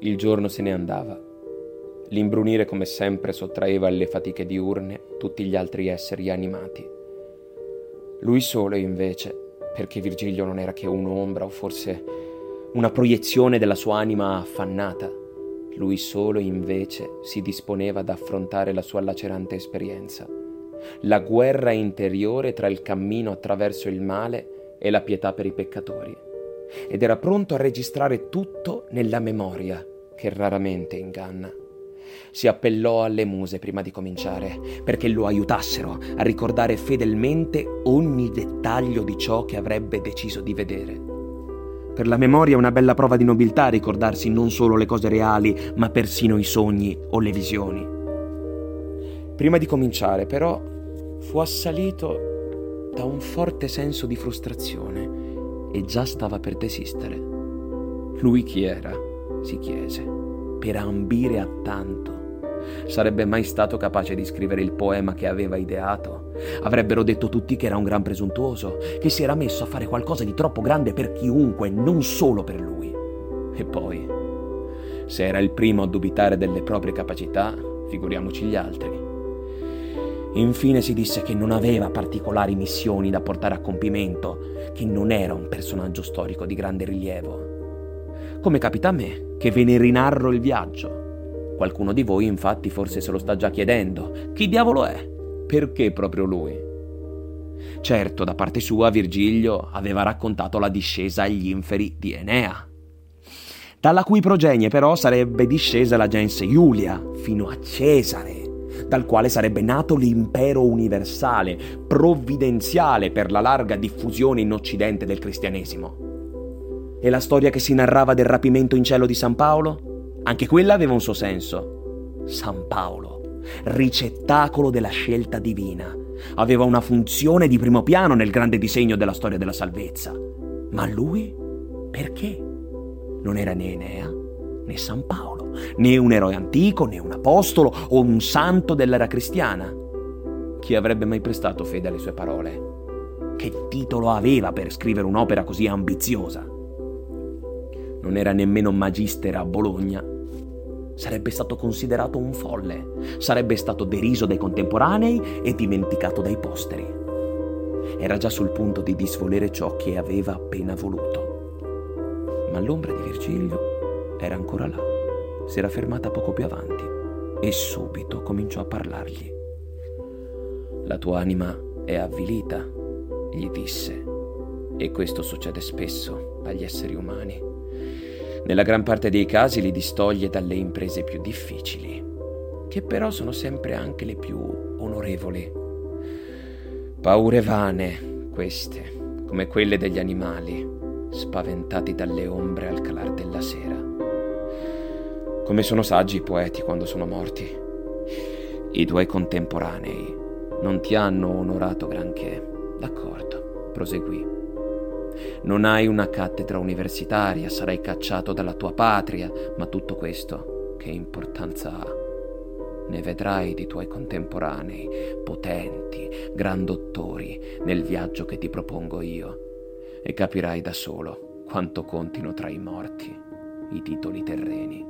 Il giorno se ne andava. L'imbrunire come sempre sottraeva alle fatiche diurne tutti gli altri esseri animati. Lui solo invece, perché Virgilio non era che un'ombra o forse una proiezione della sua anima affannata, lui solo invece si disponeva ad affrontare la sua lacerante esperienza, la guerra interiore tra il cammino attraverso il male e la pietà per i peccatori, ed era pronto a registrare tutto nella memoria, che raramente inganna. Si appellò alle muse prima di cominciare, perché lo aiutassero a ricordare fedelmente ogni dettaglio di ciò che avrebbe deciso di vedere. Per la memoria è una bella prova di nobiltà ricordarsi non solo le cose reali, ma persino i sogni o le visioni. Prima di cominciare, però, fu assalito da un forte senso di frustrazione e già stava per desistere. Lui chi era? Si chiese. Per ambire a tanto. Sarebbe mai stato capace di scrivere il poema che aveva ideato? Avrebbero detto tutti che era un gran presuntuoso, che si era messo a fare qualcosa di troppo grande per chiunque, non solo per lui. E poi, se era il primo a dubitare delle proprie capacità, figuriamoci gli altri. Infine si disse che non aveva particolari missioni da portare a compimento, che non era un personaggio storico di grande rilievo. Come capita a me, che ve ne rinarro il viaggio. Qualcuno di voi infatti forse se lo sta già chiedendo. Chi diavolo è? Perché proprio lui? Certo, da parte sua Virgilio aveva raccontato la discesa agli inferi di Enea, dalla cui progenie però sarebbe discesa la gens Iulia fino a Cesare, dal quale sarebbe nato l'impero universale, provvidenziale per la larga diffusione in Occidente del cristianesimo. E la storia che si narrava del rapimento in cielo di San Paolo? Anche quella aveva un suo senso. San Paolo, ricettacolo della scelta divina, aveva una funzione di primo piano nel grande disegno della storia della salvezza. Ma lui? Perché? Non era né Enea, né San Paolo, né un eroe antico, né un apostolo o un santo dell'era cristiana. Chi avrebbe mai prestato fede alle sue parole? Che titolo aveva per scrivere un'opera così ambiziosa? Non era nemmeno magister a Bologna. Sarebbe stato considerato un folle, sarebbe stato deriso dai contemporanei e dimenticato dai posteri. Era già sul punto di disvolere ciò che aveva appena voluto. Ma l'ombra di Virgilio era ancora là, si era fermata poco più avanti e subito cominciò a parlargli. La tua anima è avvilita, gli disse, e questo succede spesso agli esseri umani. Nella gran parte dei casi li distoglie dalle imprese più difficili, che però sono sempre anche le più onorevoli. Paure vane, queste, come quelle degli animali, spaventati dalle ombre al calar della sera. Come sono saggi i poeti quando sono morti. I tuoi contemporanei non ti hanno onorato granché. D'accordo, proseguì. Non hai una cattedra universitaria, sarai cacciato dalla tua patria, ma tutto questo che importanza ha? Ne vedrai di tuoi contemporanei, potenti, grandottori, nel viaggio che ti propongo io, e capirai da solo quanto contino tra i morti i titoli terreni.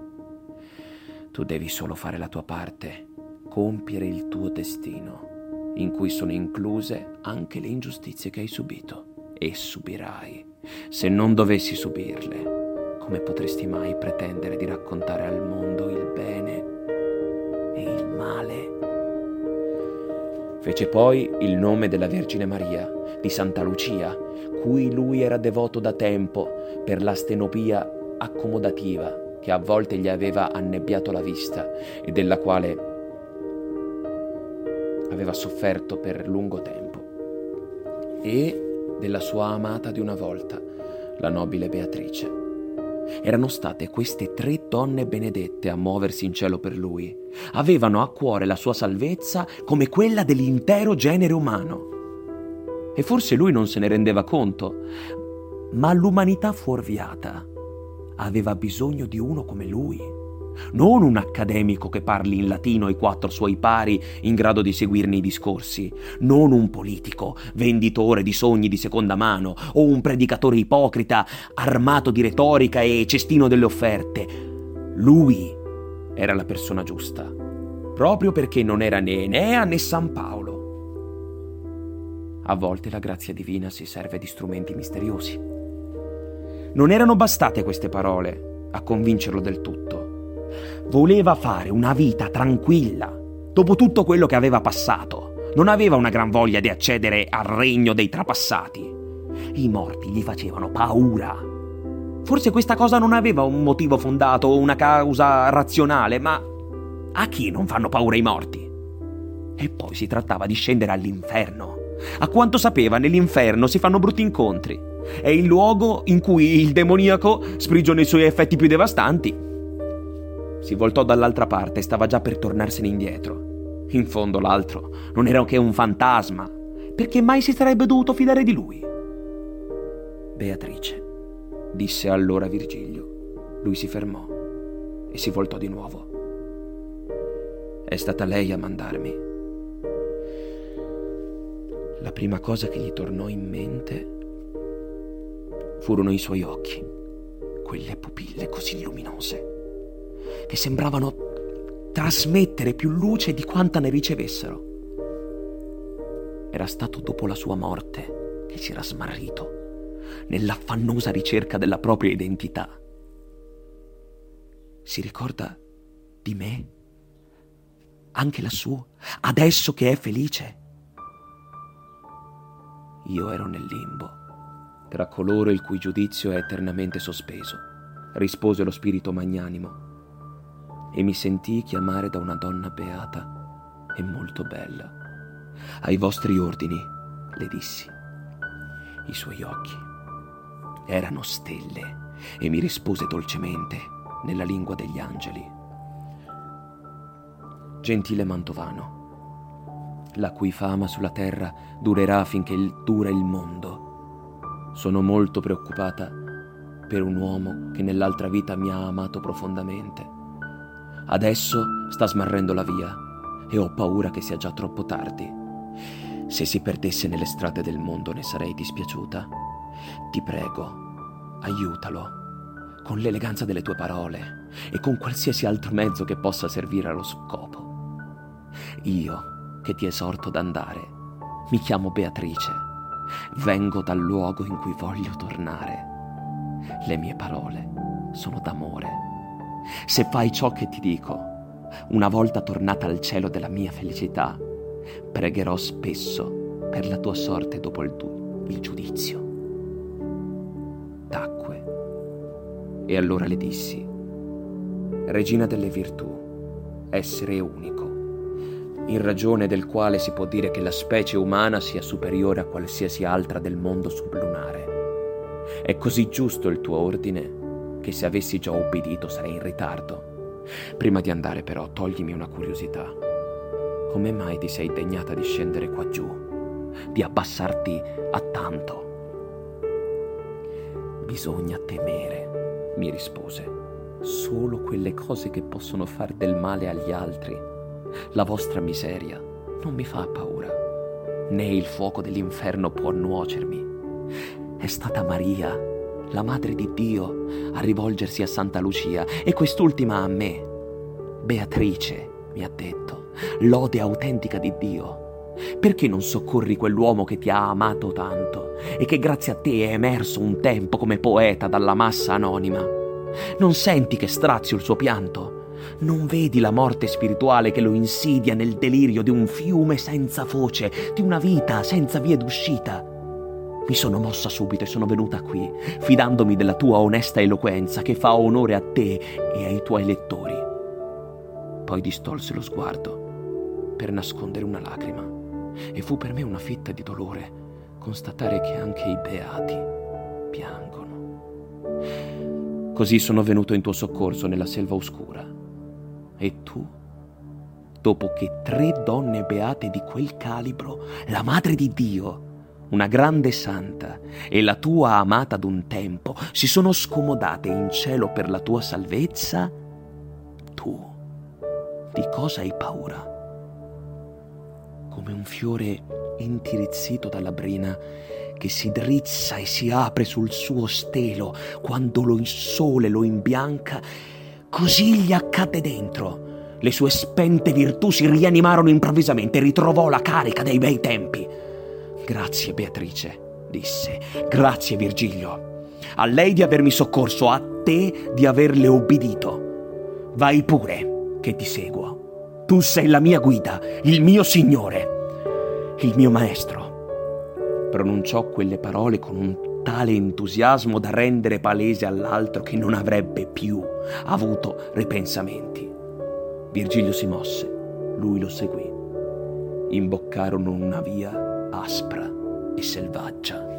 Tu devi solo fare la tua parte, compiere il tuo destino, in cui sono incluse anche le ingiustizie che hai subito. E subirai. Se non dovessi subirle, come potresti mai pretendere di raccontare al mondo il bene e il male? Fece poi il nome della Vergine Maria, di Santa Lucia, cui lui era devoto da tempo per la stenopia accomodativa che a volte gli aveva annebbiato la vista e della quale aveva sofferto per lungo tempo, e della sua amata di una volta, la nobile Beatrice. Erano state queste 3 donne benedette a muoversi in cielo per lui. Avevano a cuore la sua salvezza come quella dell'intero genere umano. E forse lui non se ne rendeva conto, ma l'umanità fuorviata aveva bisogno di uno come lui. Non un accademico che parli in latino ai 4 suoi pari in grado di seguirne i discorsi, non un politico, venditore di sogni di seconda mano, o un predicatore ipocrita, armato di retorica e cestino delle offerte, Lui era la persona giusta, proprio perché non era né Enea né San Paolo. A volte la grazia divina si serve di strumenti misteriosi. Non erano bastate queste parole a convincerlo del tutto. Voleva fare una vita tranquilla, dopo tutto quello che aveva passato. Non aveva una gran voglia di accedere al regno dei trapassati. I morti gli facevano paura. Forse questa cosa non aveva un motivo fondato o una causa razionale, ma a chi non fanno paura i morti? E poi si trattava di scendere all'inferno. A quanto sapeva, nell'inferno si fanno brutti incontri. È il luogo in cui il demoniaco sprigiona i suoi effetti più devastanti. Si voltò dall'altra parte e stava già per tornarsene indietro. In fondo l'altro non era che un fantasma. Perché mai si sarebbe dovuto fidare di lui? Beatrice, disse allora Virgilio. Lui si fermò e si voltò di nuovo. È stata lei a mandarmi. La prima cosa che gli tornò in mente furono i suoi occhi, quelle pupille così luminose, che sembravano trasmettere più luce di quanta ne ricevessero. Era stato dopo la sua morte che si era smarrito, nell'affannosa ricerca della propria identità. Si ricorda di me? Anche lassù, adesso che è felice? Io ero nel limbo, tra coloro il cui giudizio è eternamente sospeso, rispose lo spirito magnanimo, e mi sentii chiamare da una donna beata e molto bella. Ai vostri ordini, le dissi. I suoi occhi erano stelle e mi rispose dolcemente nella lingua degli angeli. Gentile mantovano, la cui fama sulla terra durerà finché dura il mondo. Sono molto preoccupata per un uomo che nell'altra vita mi ha amato profondamente. Adesso sta smarrendo la via e ho paura che sia già troppo tardi. Se si perdesse nelle strade del mondo ne sarei dispiaciuta. Ti prego, aiutalo, con l'eleganza delle tue parole e con qualsiasi altro mezzo che possa servire allo scopo. Io, che ti esorto ad andare, mi chiamo Beatrice, vengo dal luogo in cui voglio tornare. Le mie parole sono d'amore. Se fai ciò che ti dico, una volta tornata al cielo della mia felicità, pregherò spesso per la tua sorte dopo il giudizio. Tacque, e allora le dissi: Regina delle virtù, essere unico, in ragione del quale si può dire che la specie umana sia superiore a qualsiasi altra del mondo sublunare. È così giusto il tuo ordine che se avessi già obbedito sarei in ritardo. Prima di andare però toglimi una curiosità. Come mai ti sei degnata di scendere qua giù, di abbassarti a tanto? Bisogna temere, mi rispose, solo quelle cose che possono far del male agli altri. La vostra miseria non mi fa paura, né il fuoco dell'inferno può nuocermi. È stata Maria, la Madre di Dio, a rivolgersi a Santa Lucia e quest'ultima a me. Beatrice, mi ha detto, lode autentica di Dio. Perché non soccorri quell'uomo che ti ha amato tanto e che grazie a te è emerso un tempo come poeta dalla massa anonima? Non senti che strazio il suo pianto? Non vedi la morte spirituale che lo insidia nel delirio di un fiume senza foce, di una vita senza vie d'uscita? Mi sono mossa subito e sono venuta qui, fidandomi della tua onesta eloquenza che fa onore a te e ai tuoi lettori. Poi distolse lo sguardo per nascondere una lacrima e fu per me una fitta di dolore constatare che anche i beati piangono. Così sono venuto in tuo soccorso nella selva oscura. E tu, dopo che 3 donne beate di quel calibro, la Madre di Dio, una grande santa, e la tua amata d'un tempo, si sono scomodate in cielo per la tua salvezza, tu, di cosa hai paura? Come un fiore intirizzito dalla brina che si drizza e si apre sul suo stelo quando il sole lo imbianca, Così gli accadde dentro. Le sue spente virtù si rianimarono improvvisamente e ritrovò la carica dei bei tempi. «Grazie, Beatrice», disse. «Grazie, Virgilio. A lei di avermi soccorso, a te di averle obbedito. Vai pure, che ti seguo. Tu sei la mia guida, il mio Signore, il mio Maestro». Pronunciò quelle parole con un tale entusiasmo da rendere palese all'altro che non avrebbe più avuto ripensamenti. Virgilio si mosse, lui lo seguì. Imboccarono una via aspra e selvaggia.